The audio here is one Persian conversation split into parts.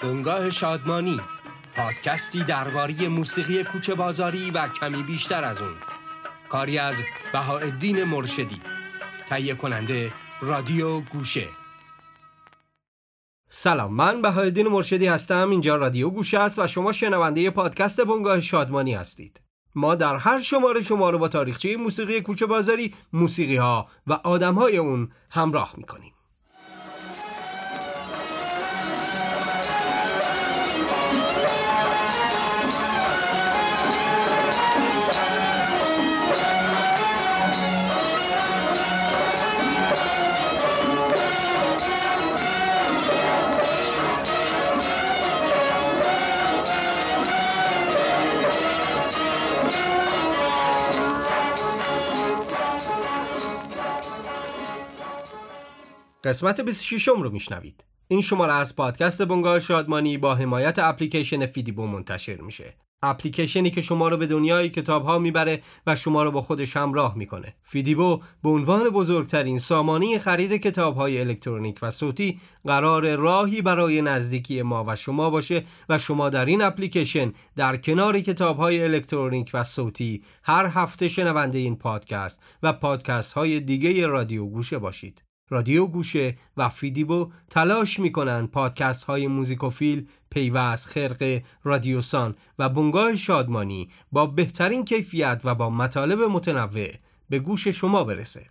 بنگاه شادمانی، پادکستی درباره موسیقی کوچه بازاری و کمی بیشتر از اون. کاری از بهاءالدین مرشدی، تهیه کننده رادیو گوشه. سلام، من بهاءالدین مرشدی هستم. اینجا رادیو گوشه است و شما شنونده پادکست بنگاه شادمانی هستید. ما در هر شماره شما رو با تاریخچه موسیقی کوچه بازاری، موسیقی ها و آدم های اون همراه میکنیم. قسمت 26 رو میشنوید. این شماره از پادکست بنگاه شادمانی با حمایت اپلیکیشن فیدیبو منتشر میشه. اپلیکیشنی که شما رو به دنیای کتاب‌ها میبره و شما رو با خودش همراه میکنه. فیدیبو به عنوان بزرگترین سامانه خرید کتاب‌های الکترونیک و صوتی قرار راهی برای نزدیکی ما و شما باشه و شما در این اپلیکیشن در کنار کتاب‌های الکترونیک و صوتی هر هفته شنونده این پادکست و پادکست‌های دیگه رادیو گوشه باشید. رادیو گوشه و فیدیبو تلاش میکنن پادکست های موزیکوفیل، پیوست، خرقه، رادیوسان و بنگاه شادمانی با بهترین کیفیت و با مطالب متنوع به گوش شما برسه.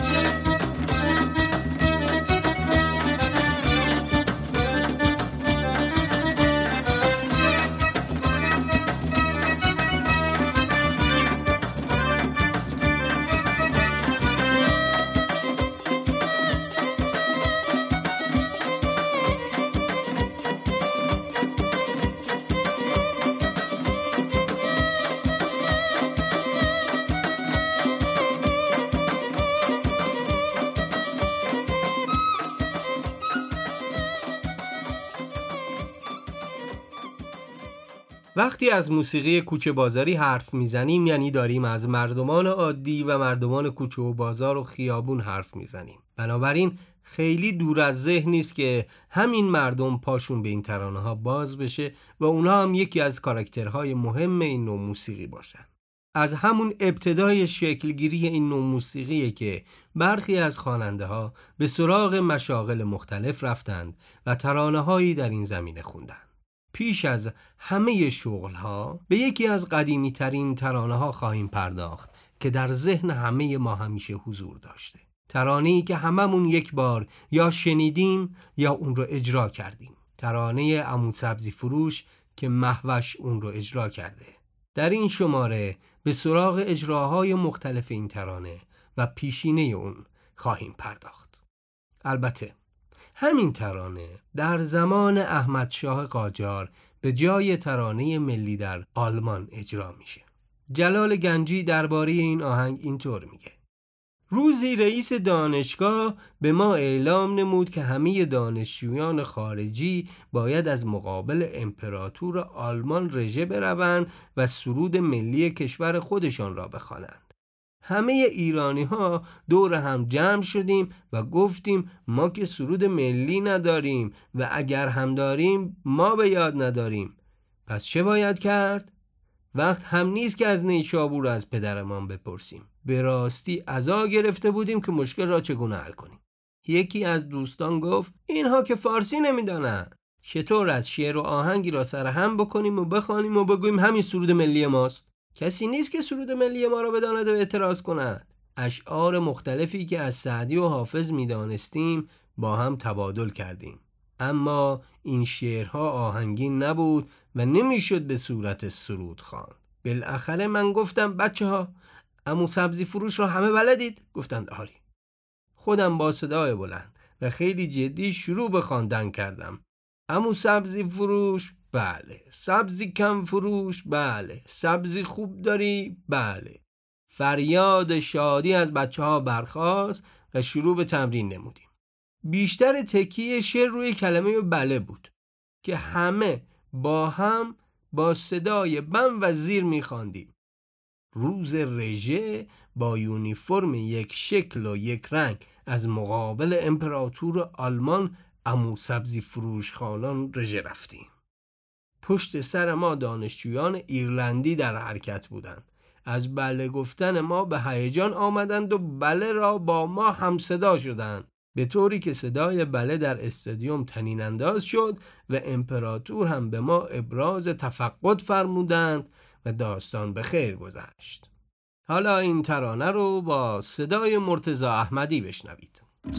وقتی از موسیقی کوچه بازاری حرف میزنیم یعنی داریم از مردمان عادی و مردمان کوچه و بازار و خیابون حرف میزنیم. بنابراین خیلی دور از ذهن نیست که همین مردم پاشون به این ترانه ها باز بشه و اونا هم یکی از کاراکترهای مهم این نوع موسیقی باشن. از همون ابتدای شکلگیری این نوع موسیقیه که برخی از خواننده ها به سراغ مشاغل مختلف رفتند و ترانه هایی در این زمینه خوندند. پیش از همه شغل‌ها به یکی از قدیمی ترین ترانه‌ها خواهیم پرداخت که در ذهن همه ما همیشه حضور داشته. ترانه‌ای که هممون یک بار یا شنیدیم یا اون رو اجرا کردیم. ترانه عمو سبزی فروش که مهوش اون رو اجرا کرده. در این شماره به سراغ اجراهای مختلف این ترانه و پیشینه اون خواهیم پرداخت. البته همین ترانه در زمان احمد شاه قاجار به جای ترانه ملی در آلمان اجرا میشه. جلال گنجی درباره این آهنگ اینطور میگه: روزی رئیس دانشگاه به ما اعلام نمود که همه دانشجویان خارجی باید از مقابل امپراتور آلمان رژه بروند و سرود ملی کشور خودشان را بخوانند. همه ایرانی ها دور هم جمع شدیم و گفتیم ما که سرود ملی نداریم و اگر هم داریم ما به یاد نداریم. پس چه باید کرد؟ وقت هم نیست که از نیشابور از پدرمان بپرسیم. به راستی عزا گرفته بودیم که مشکل را چگونه حل کنیم. یکی از دوستان گفت اینها که فارسی نمیدانن. چطور از شعر و آهنگی را سر هم بکنیم و بخوانیم و بگوییم همین سرود ملی ماست؟ کسی نیست که سرود ملی ما را بداند و اعتراض کند. اشعار مختلفی که از سعدی و حافظ میدانستیم با هم تبادل کردیم. اما این شعرها آهنگین نبود و نمیشد به صورت سرود خواند. بالاخره من گفتم بچه‌ها عمو سبزی فروش را همه بلدید؟ گفتند آری. خودم با صدای بلند و خیلی جدی شروع به خواندن کردم. عمو سبزی فروش، بله. سبزی کم فروش، بله. سبزی خوب داری، بله. فریاد شادی از بچه‌ها برخاست و شروع به تمرین نمودیم. بیشتر تکیه شعر روی کلمه بله بود که همه با هم با صدای بم و زیر می‌خواندیم. روز رژه با یونیفرم یک شکل و یک رنگ از مقابل امپراتور آلمان عمو سبزی فروش خانان رژه رفتیم. پشت سر ما دانشجویان ایرلندی در حرکت بودند. از بله گفتن ما به هیجان آمدند و بله را با ما هم صدا شدند، به طوری که صدای بله در استادیوم طنین انداز شد و امپراتور هم به ما ابراز تفقد فرمودند و داستان به خیر گذشت. حالا این ترانه رو با صدای مرتضی احمدی بشنوید.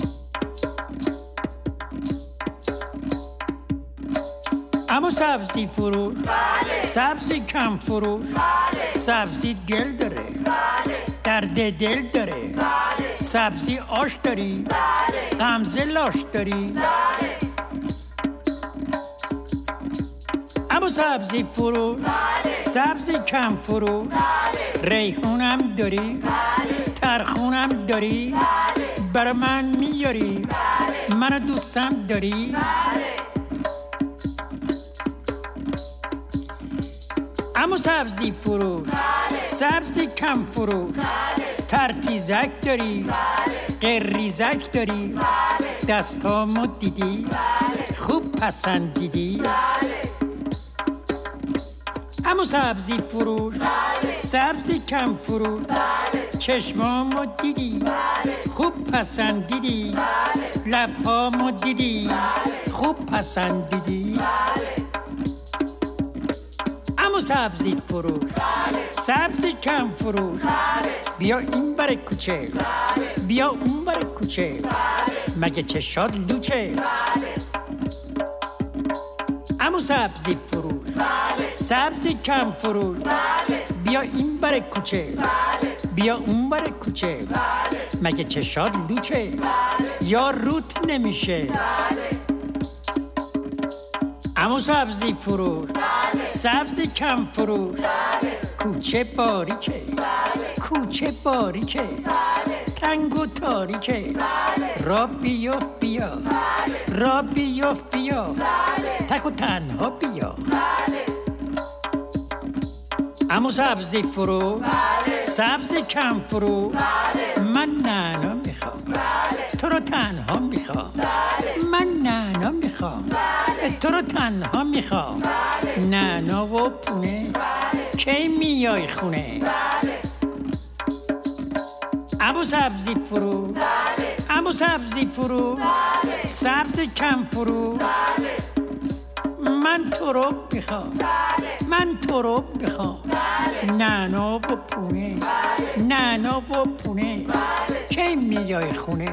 اما سبزی فروش، سبزی کم فروش، سبزی گل داره، درد دل داره، سبزی آش داری، غمزه لاش داری. اما سبزی فروش، سبزی کم فروش، ریحونم داری، ترخونم داری، بر من میاری، منو دوستم داری. اما سبزی فروش، سبزی کم فروش، ترتیزک داری، قریزک داری، دستامو دیدی، خوب پسندیدی. اما سبزی فروش، سبزی کم فروش، چشمامو دیدی، خوب پسندیدی، لبهامو دیدی، خوب پسندیدی. اما سبزی فروش، سبزی کم فروش، بیا این بر کوچه، بیا اون بر کوچه، مگه چشات لوچه. اما سبزی فروش، سبزی کم فروش، بیا این بر کوچه، بیا اون بر کوچه، مگه چشات لوچه یا روت نمیشه. اما سبزی فروش، سبزی کم فروش، کوچه باریکه، کوچه باریکه، تنگ و تاریکه، را بیفت بیا، را بیفت بیا، تک و تنها بیا. اما سبزی فروش، سبزی کم فروش، من نعنا میخوام، تو رو تنها میخوام، من نعنا میخوام، تو رو تنها میخوام، نعنا و پونه، کی میای خونه. اما سبزی فروش، اما سبزی فروش، سبزی کم فروش، من تو رو میخوام، من تو رو میخوام، نعنا و پونه، نعنا و پونه، کی میای خونه.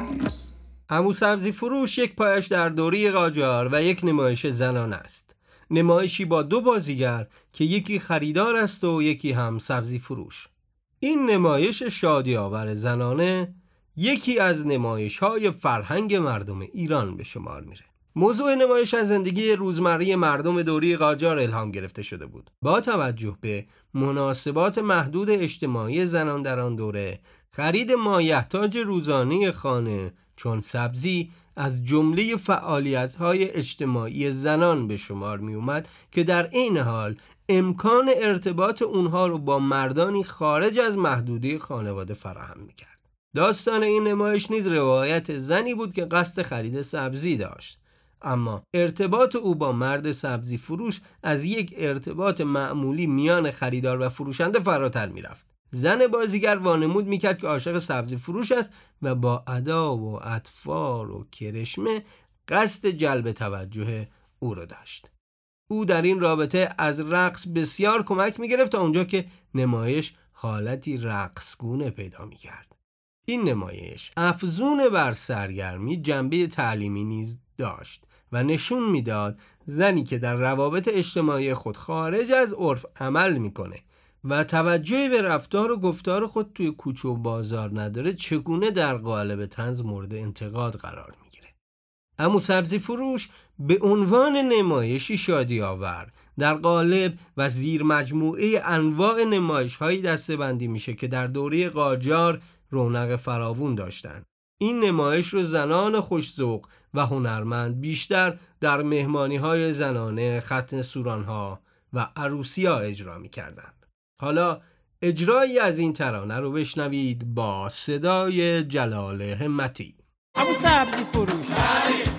عمو سبزی فروش یک پایش در دوره قاجار و یک نمایش زنانه است. نمایشی با دو بازیگر که یکی خریدار است و یکی هم سبزی فروش. این نمایش شادی آور زنانه یکی از نمایش‌های فرهنگ مردم ایران به شمار میره. موضوع نمایش از زندگی روزمره مردم دوره قاجار الهام گرفته شده بود. با توجه به مناسبات محدود اجتماعی زنان در آن دوره، خرید مایحتاج روزانه خانه چون سبزی از جمله فعالیت‌های اجتماعی زنان به شمار می اومد که در این حال امکان ارتباط اونها رو با مردانی خارج از محدوده خانواده فراهم می‌کرد. داستان این نمایش نیز روایت زنی بود که قصد خرید سبزی داشت، اما ارتباط او با مرد سبزی فروش از یک ارتباط معمولی میان خریدار و فروشنده فراتر می‌رفت. زن بازیگر وانمود میکرد که عاشق سبزی فروش است و با ادا و اطفار و کرشمه قصد جلب توجه او را داشت. او در این رابطه از رقص بسیار کمک میگرفت تا اونجا که نمایش حالتی رقصگونه پیدا میکرد. این نمایش افزون بر سرگرمی جنبه تعلیمی نیز داشت و نشون میداد زنی که در روابط اجتماعی خود خارج از عرف عمل میکنه و توجهی به رفتار و گفتار خود توی کوچه و بازار نداره چگونه در قالب طنز مورد انتقاد قرار میگیره. عمو سبزی فروش به عنوان نمایشی شادی آور در قالب و زیر مجموعه انواع نمایش‌هایی دسته‌بندی میشه که در دوره قاجار رونق فراوون داشتن. این نمایش رو زنان خوش‌ذوق و هنرمند بیشتر در مهمانی‌های زنانه، ختن سوران‌ها و عروسی‌ها اجرا می‌کردند. حالا اجرایی از این ترانه رو بشنوید با صدای جلال همتی. ابو سبزی فروش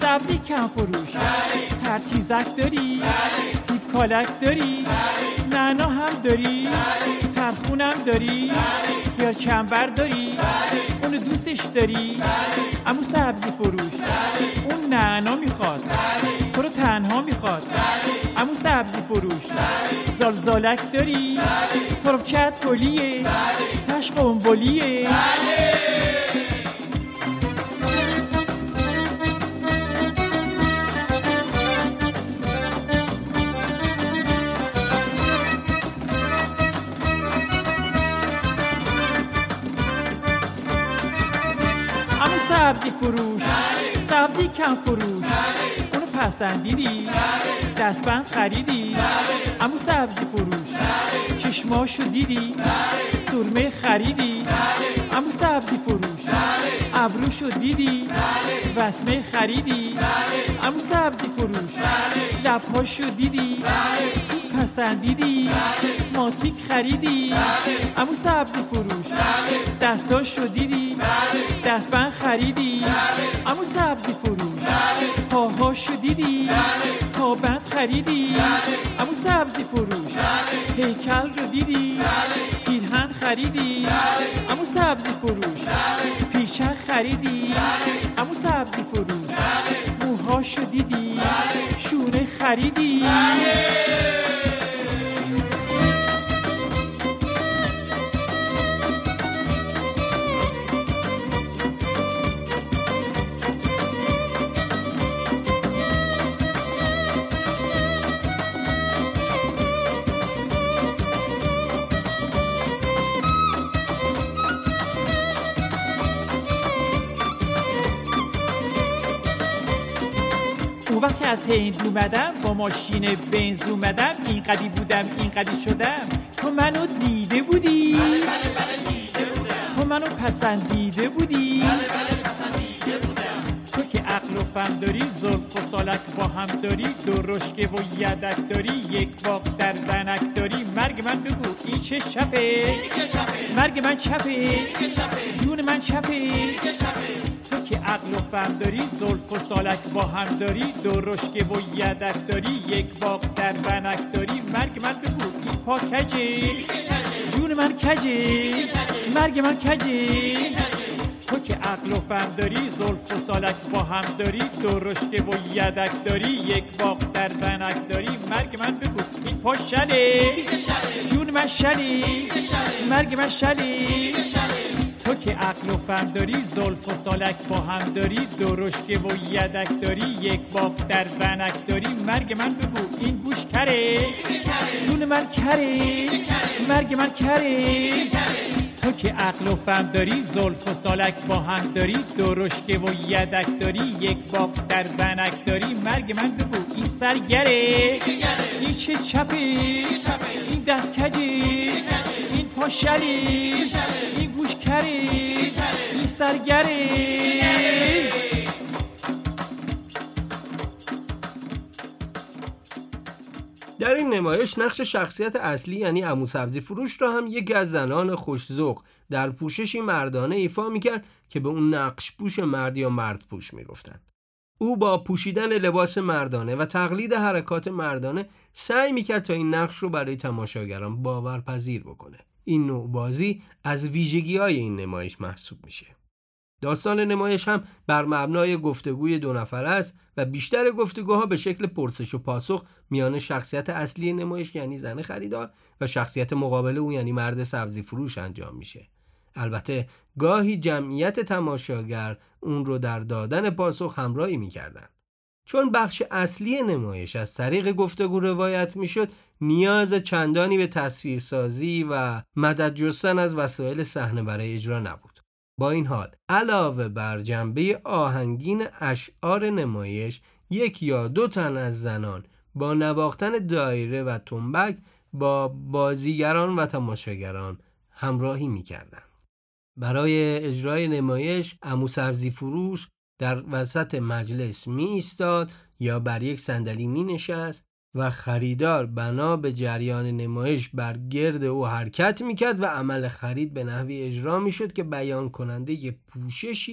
سبزی کم فروش، ترتیزک داری، سیب کالک داری، نعنا هم داری، ترخونم داری، خیار چنبر داری، اونو دوستش داری، عمو سبزی فروش، اون نعنا میخواد، تو رو تنها میخواد، عمو سبزی فروش، زالزالک داری، تربچت گلیه، تش قنبلیه. سبزی فروش، سبزی کم فروش، اونو پسندیدی، دستبند خریدی، عمو سبزی فروش، چشماشو دیدی، سرمه خریدی، عمو سبزی فروش، ابروشو دیدی، وسمه خریدی، عمو سبزی فروش، لبهاشو دیدی، پسندیدی، ماتیک خریدی، عمو سبزی فروش، دستاشو دیدی، دستبند خریدی، عمو سبزی فروش، پاهاشو دیدی، پابند خریدی، عمو سبزی فروش، هیکل رو دیدی، پیرهن خریدی، عمو سبزی فروش، پیچک خریدی، عمو سبزی فروش، موهاشو دیدی، شونه خریدی. وقتی از هند اومدم با ماشین بنز اومدم، این قدی بودم این قدی شدم، تو منو دیده بودی؟ بله دیده بودم. تو منو پسندیده بودی؟ بله پسندیده بودم. تو که عقل و فهم داری، زلف و سالک با هم داری، دو رشکه و یدک داری، یک باغ در ونک داری، مرگ من بگو این چه چپه؟ مرگ من چپه؟ جون من چپه؟ تو که عقل و فهم داری، زلف و سالک با هم داری، دو رشکه و یدک داری، یک باغ در ونک داری، مرگ من بگو این پا کجه؟ جون من کجه؟ مرگ من کجه؟ تو که عقل و فهم داری، زلف و سالک با هم داری، دو رشکه و یدک داری، یک باغ در ونک داری، مرگ من بگو این پا شله؟ جون من شله؟ مرگ من شله؟ تو که عقل و فهم داری، زلف و سالک با هم داری، دو رشکه و یدک داری، یک باغ در ونک داری، مرگ من بگو این گوش کره؟ جون من کره؟ مرگ من کره؟ تو که عقل و فهم داری، زلف و سالک با هم داری، دو رشکه و یدک داری، یک باغ در ونک داری، مرگ من بگو این سرگره؟ این چه چپه؟ این دست کجه؟ این پا شله؟ این گوش کره؟ این سرگره؟ در این نمایش نقش شخصیت اصلی یعنی عمو سبزی فروش را هم یکی از زنان خوش‌ذوق در پوششی مردانه ایفا می‌کرد که به اون نقش پوش مرد یا مرد پوش می‌گفتند. او با پوشیدن لباس مردانه و تقلید حرکات مردانه سعی می‌کرد تا این نقش رو برای تماشاگران باورپذیر بکنه. این نوع بازی از ویژگی‌های این نمایش محسوب میشه. داستان نمایش هم بر مبنای گفتگوی دو نفره است و بیشتر گفتگوها به شکل پرسش و پاسخ میان شخصیت اصلی نمایش یعنی زن خریدار و شخصیت مقابل او یعنی مرد سبزی فروش انجام میشه. البته گاهی جمعیت تماشاگر اون رو در دادن پاسخ همراهی میکردن. چون بخش اصلی نمایش از طریق گفتگو روایت میشد، نیاز چندانی به تصویرسازی و مدد جستن از وسایل صحنه برای اجرا نبود. با این حال علاوه بر جنبه آهنگین اشعار نمایش، یک یا دو تن از زنان با نواختن دایره و تنبک با بازیگران و تماشاگران همراهی می‌کردند. برای اجرای نمایش عمو سبزی فروش در وسط مجلس می‌ایستاد یا بر یک صندلی می‌نشست و خریدار بنا به جریان نمایش بر گرد او حرکت میکرد و عمل خرید به نحوی اجرا میشد که بیان کننده یک پوششی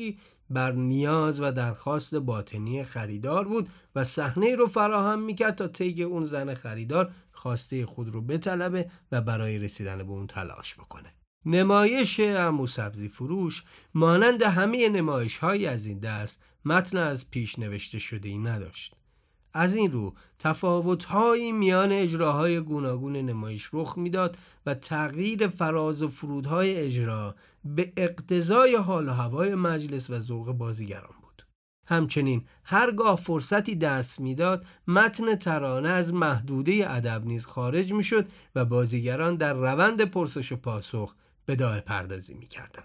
بر نیاز و درخواست باطنی خریدار بود و صحنه رو فراهم میکرد تا طی اون زن خریدار خواسته خود رو بطلبه و برای رسیدن به اون تلاش بکنه. نمایش عمو سبزی فروش مانند همه نمایش‌های از این دست متن از پیش نوشته شده ای نداشت. از این رو تفاوت‌هایی میان اجراهای گوناگون نمایش رخ میداد و تغییر فراز و فرودهای اجرا به اقتضای حال و هوای مجلس و ذوق بازیگران بود. همچنین هرگاه فرصتی دست میداد متن ترانه از محدوده ادب نیز خارج میشد و بازیگران در روند پرسش و پاسخ بداهه پردازی میکردند.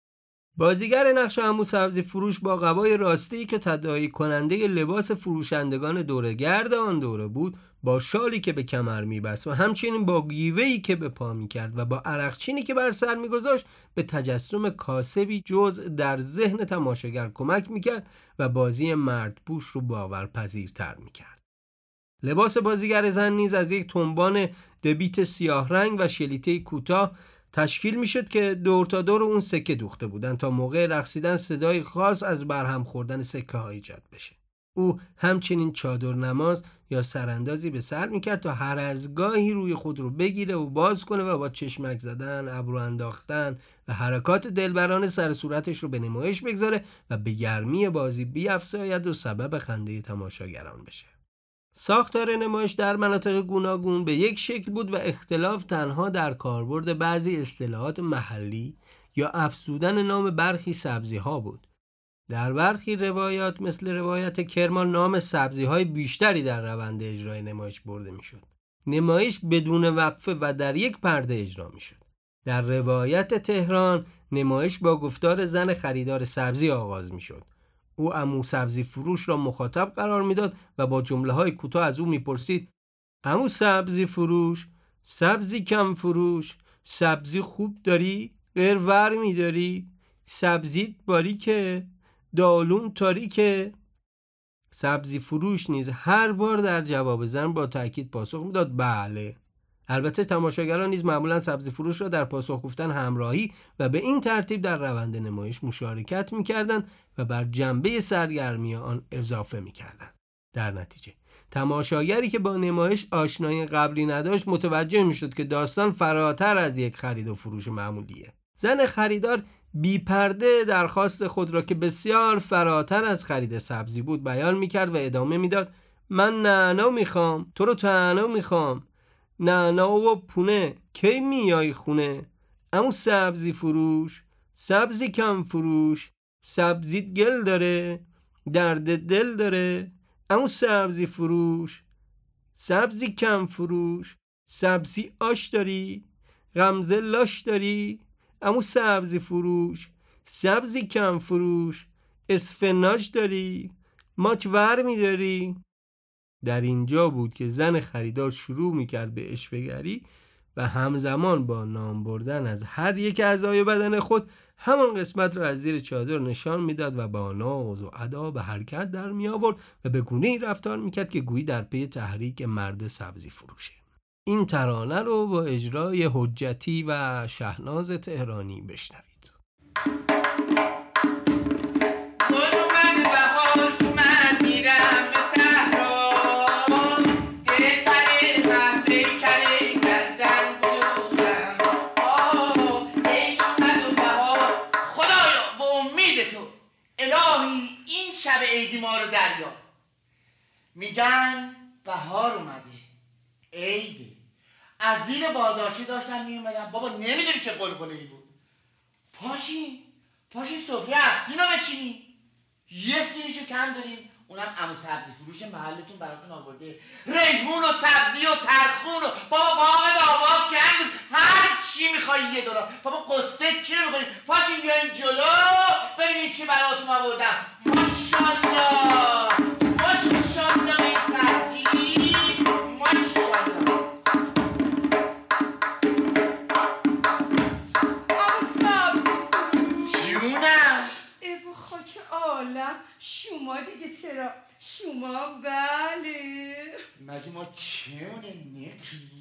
بازیگر نقش عمو سبزی فروش با قبای راستی که تداعی کننده لباس فروشندگان دوره‌گرد آن دوره بود، با شالی که به کمر می‌بست و همچنین با گیوه‌ای که به پا می‌کرد و با عرقچینی که بر سر می‌گذاشت به تجسم کاسبی جزء در ذهن تماشاگر کمک می‌کرد و بازی مردپوش رو باورپذیرتر می‌کرد. لباس بازیگر زن نیز از یک تنبان دبیت سیاه رنگ و شلیته کوتاه تشکیل میشد که دور تا دور اون سکه دوخته بودن تا موقع رقصیدن صدای خاص از برهم خوردن سکه ها ایجاد بشه. او همچنین چادر نماز یا سراندازی به سر میکرد تا هر از گاهی روی خود رو بگیره و باز کنه و با چشمک زدن، ابرو انداختن و حرکات دلبرانه سر صورتش رو به نمایش بگذاره و به گرمی بازی بیفزاید و سبب خنده تماشاگران بشه. ساختار نمایش در مناطق گوناگون به یک شکل بود و اختلاف تنها در کاربرد بعضی اصطلاحات محلی یا افزودن نام برخی سبزی ها بود. در برخی روایات مثل روایت کرمان نام سبزی های بیشتری در روند اجرای نمایش برده می شد. نمایش بدون وقفه و در یک پرده اجرا می شد. در روایت تهران نمایش با گفتار زن خریدار سبزی آغاز می شد. او عمو سبزی فروش را مخاطب قرار میداد و با جمله‌های کوتاه از او میپرسید: عمو سبزی فروش، سبزی کم فروش، سبزی خوب داری؟ غرور میداری؟ سبزیت باریکه؟ دالون تاریکه؟ سبزی فروش نیز هر بار در جواب زن با تأکید پاسخ میداد بله. البته تماشاگران نیز معمولا سبزی فروش را در پاسخ گفتن همراهی و به این ترتیب در روند نمایش مشارکت می‌کردند و بر جنبه سرگرمی آن اضافه می‌کردند. در نتیجه تماشاگری که با نمایش آشنایی قبلی نداشت متوجه می‌شد که داستان فراتر از یک خرید و فروش معمولیه. زن خریدار بی پرده درخواست خود را که بسیار فراتر از خرید سبزی بود بیان می‌کرد و ادامه می‌داد: من نعنا می‌خوام، تو رو تنها می‌خوام. نعنا و پونه، کی میای خونه؟ عمو سبزی فروش، سبزی کم فروش، سبزیت گل داره، درد دل داره. عمو سبزی فروش، سبزی کم فروش، سبزی آش داری، غمزه لاش داری. عمو سبزی فروش، سبزی کم فروش، اسفناج داری، ماچ ورمی داری. در اینجا بود که زن خریدار شروع میکرد به اشوه‌گری و همزمان با نام بردن از هر یک اعضای بدن خود همان قسمت را از زیر چادر نشان میداد و با ناز و ادا به حرکت در می آورد و به گونه‌ای رفتار میکرد که گویی در پی تحریک مرد سبزی فروشه. این ترانه رو با اجرای حجتی و شهناز تهرانی بشنوید. ما رو دریا میگن بهار اومده، عیده. از زیر بازارچه داشتن میومدن. بابا نمیدونی چه قلقله‌ای بود. پاشین سفره افسین رو بچینی. یه سینیشو کم داریم، اونم عمو سبزی فروش محلتون براتون آورده. ریحون و سبزی و ترخون و بابا باغ داوود چند هر چی میخوایی یه دلار. بابا قصه چی رو میخوایی؟ پاشین بیاین جلو ببینید چی براتون آوردم. ماشاءالله ماشاءالله این سبزی ماشاءالله. عمو سبزی فروش جونم ایو خاک عالم. شما دیگه چرا؟ شما بله. مگه ما چونه نتیم؟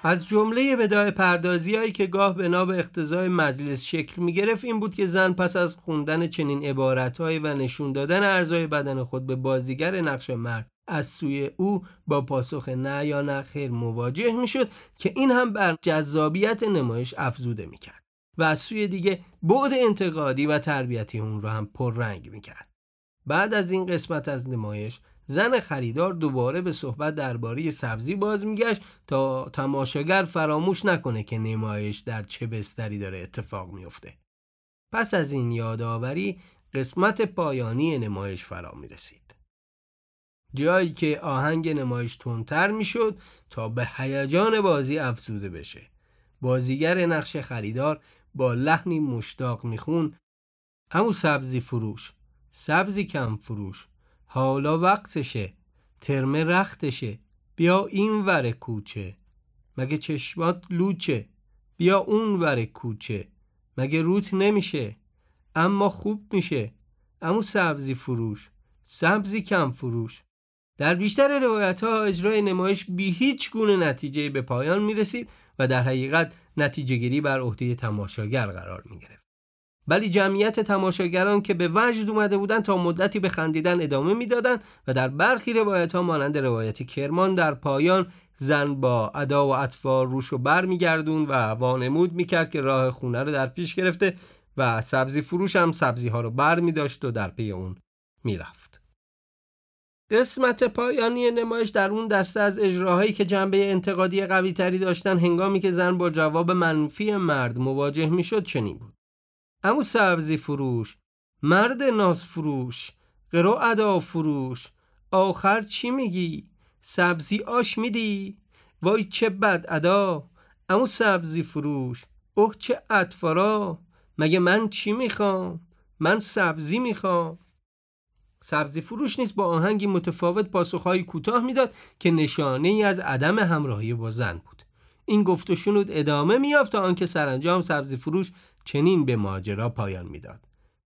از جمله بداهه پردازی‌هایی که گاه بنا به اقتضای مجلس شکل می‌گرفت این بود که زن پس از خوندن چنین عبارت‌هایی و نشون دادن اعضای بدن خود به بازیگر نقش مرد از سوی او با پاسخ نه یا نه خیر مواجه می‌شد که این هم بر جذابیت نمایش افزوده می‌کرد و از سوی دیگه بعد انتقادی و تربیتی اون رو هم پررنگ می‌کرد. بعد از این قسمت از نمایش زن خریدار دوباره به صحبت درباره سبزی باز میگشت تا تماشاگر فراموش نکنه که نمایش در چه بستری داره اتفاق میفته. پس از این یادآوری قسمت پایانی نمایش فرا میرسید. جایی که آهنگ نمایش تندتر میشد تا به هیجان بازی افزوده بشه. بازیگر نقش خریدار با لحنی مشتاق میخون: عمو سبزی فروش، سبزی کم فروش، حالا وقتشه، ترمه رختشه، بیا این ور کوچه، مگه چشمات لوچه، بیا اون ور کوچه، مگه روت نمیشه، اما خوب میشه، عمو سبزی فروش، سبزی کم فروش. در بیشتر روایت ها اجرای نمایش بی هیچ گونه نتیجه به پایان میرسید و در حقیقت نتیجه گیری بر عهده تماشاگر قرار میگرفت. ولی جمعیت تماشاگران که به وجد اومده بودن تا مدتی به خندیدن ادامه میدادن و در برخی روایت ها مانند روایت کرمان در پایان زن با ادا و اطوار روشو بر میگردون و وانمود میکرد که راه خونه رو در پیش گرفته و سبزی فروش هم سبزی ها رو بر میداشت و در پی اون میرفت. قسمت پایانی نمایش در اون دسته از اجراهایی که جنبه انتقادی قوی تری داشتن هنگامی که زن با جواب منفی مرد مواجه میشد چنین بود: عمو سبزی فروش، مرد ناز فروش، قرو ادا فروش، آخر چی میگی؟ سبزی آش میدی؟ وای چه بد ادا، عمو سبزی فروش، اوه چه اطفارا، مگه من چی میخوام؟ من سبزی میخوام. سبزی فروش نیز با آهنگی متفاوت پاسخهای کوتاه میداد که نشانه ای از عدم همراهی با زن بود. این گفت و شنود ادامه میافت تا آنکه سرانجام سبزی فروش چنین به ماجرا پایان میداد: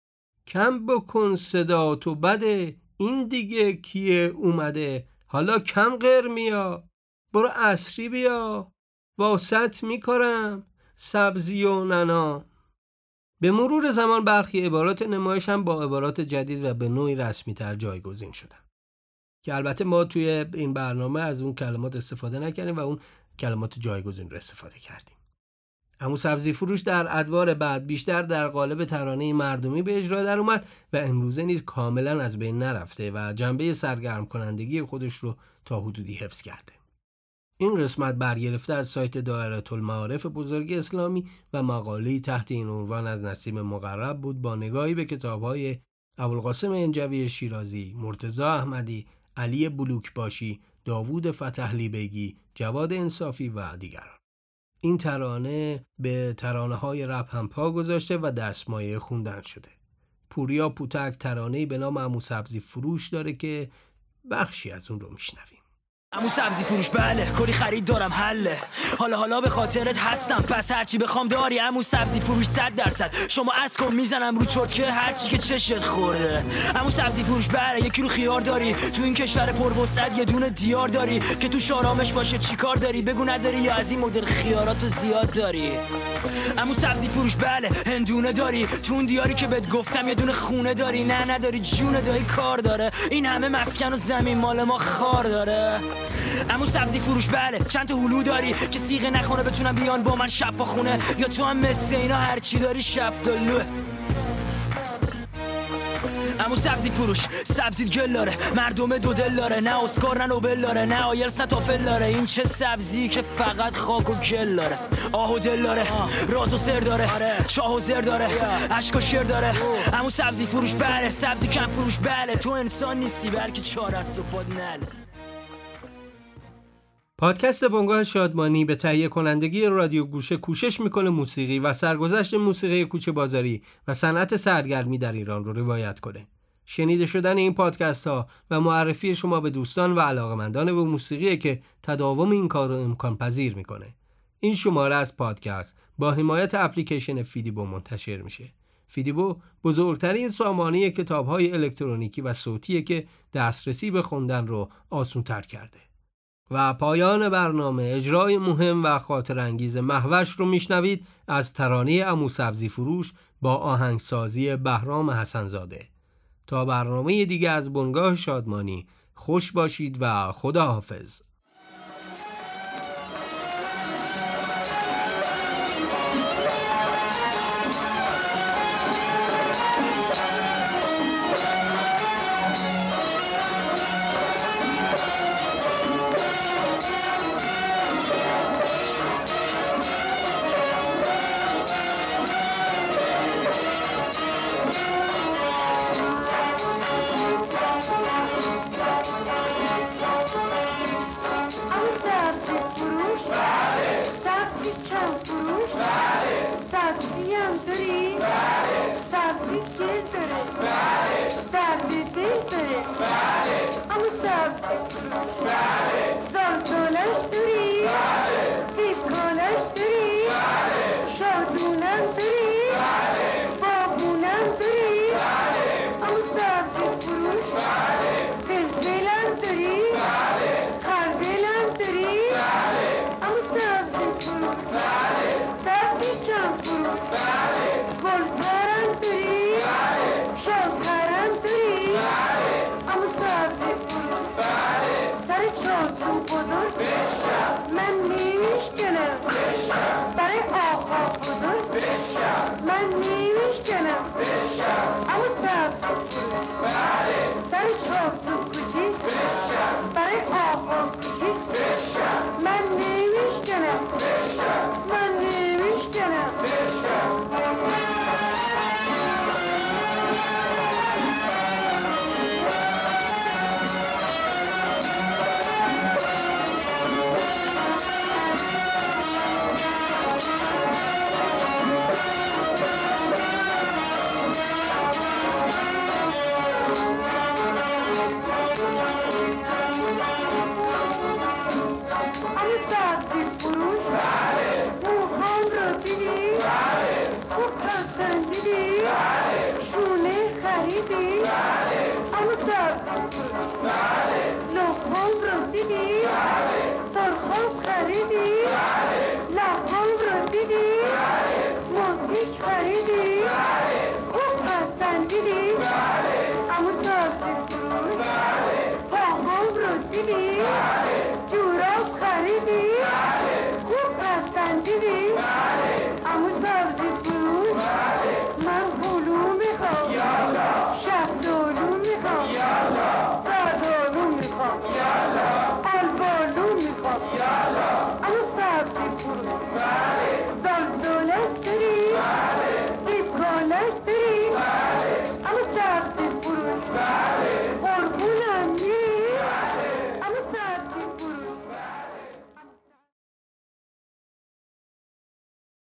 کم بکن صدا تو بده، این دیگه کیه اومده، حالا کم قرمیا، برو عصری بیا، واسط میکارم سبزی و ننا. به مرور زمان برخی عبارات نمایش هم با عبارات جدید و به نوعی رسمی تر جایگزین شدن که البته ما توی این برنامه از اون کلمات استفاده نکردیم و اون کلمات جایگزین رو استفاده کردیم. عمو سبزی فروش در ادوار بعد بیشتر در قالب ترانه مردمی به اجرا در اومد و امروزه نیز کاملا از بین نرفته و جنبه سرگرم کنندگی خودش رو تا حدودی حفظ کرده. این قسمت برگرفته از سایت دائره المعارف بزرگ اسلامی و مقاله‌ای تحت این عنوان از نسیم مقرب بود با نگاهی به کتاب‌های ابوالقاسم انجوی شیرازی، مرتضی احمدی، علی بلوکباشی، داوود فتحعلی بیگی، جواد انصافی و دیگران. این ترانه به ترانه‌های رپ هم پا گذاشته و دستمایه خوندن شده. پوریا پوتک ترانه‌ای به نام عمو سبزی فروش داره که بخشی از اون رو میشنویم. عمو سبزی فروش بله، کلی خرید دارم حله، حالا به خاطرت هستم، پس هرچی بخوام داری. عمو سبزی فروش 100%، شما از کن میزنم رو چرتکه هرچی که چشت خورده. عمو سبزی فروش بله، 1 کیلو خیار داری، تو این کشور پروسعت یه دونه دیار داری که تو شارامش باشه چیکار داری؟ بگو نداری یا از این مدل خیاراتو زیاد داری؟ عمو سبزی فروش بله، هندونه داری، تو اون دیاری که بهت گفتم یه دونه خونه داری؟ نه نداری، جون دایی کار داره، این همه مسکن و زمین مال ما خار داره. عمو سبزی فروش بله، چند تا هلو داری که سیغه نخونه بتونن بیان با من شب با خونه، یا تو هم مثل اینا هرچی داری شفتالوه. عمو سبزی فروش، سبزی گل داره، مردم دو دل داره، نه اسکار نه نوبل داره، نه آیلتس نه تافل داره، این چه سبزی که فقط خاک و گل داره، آه و دل داره، راز و سر داره، شاه و زر داره، عشق و شعر داره. عمو سبزی فروش بله، سبزی کم فروش بله، تو انسان نیستی بلکه چهار از صبح نل. پادکست بنگاه شادمانی به تهیه کنندگی رادیو گوشه کوشش میکنه موسیقی و سرگذشت موسیقی کوچه بازاری و صنعت سرگرمی در ایران رو روایت کنه. شنیده شدن این پادکست ها و معرفی شما به دوستان و علاقمندان به موسیقی که تداوم این کار رو امکان پذیر میکنه. این شماره از پادکست با حمایت اپلیکیشن فیدیبو منتشر میشه. فیدیبو بزرگترین سامانه کتاب‌های الکترونیکی و صوتیه که دسترسی به خوندن رو آسان‌تر کرده. و پایان برنامه اجرای مهم و خاطر انگیز مهوش رو میشنوید از ترانه عمو سبزی فروش با آهنگسازی بهرام حسن‌زاده. تا برنامه دیگه از بنگاه شادمانی خوش باشید و خداحافظ.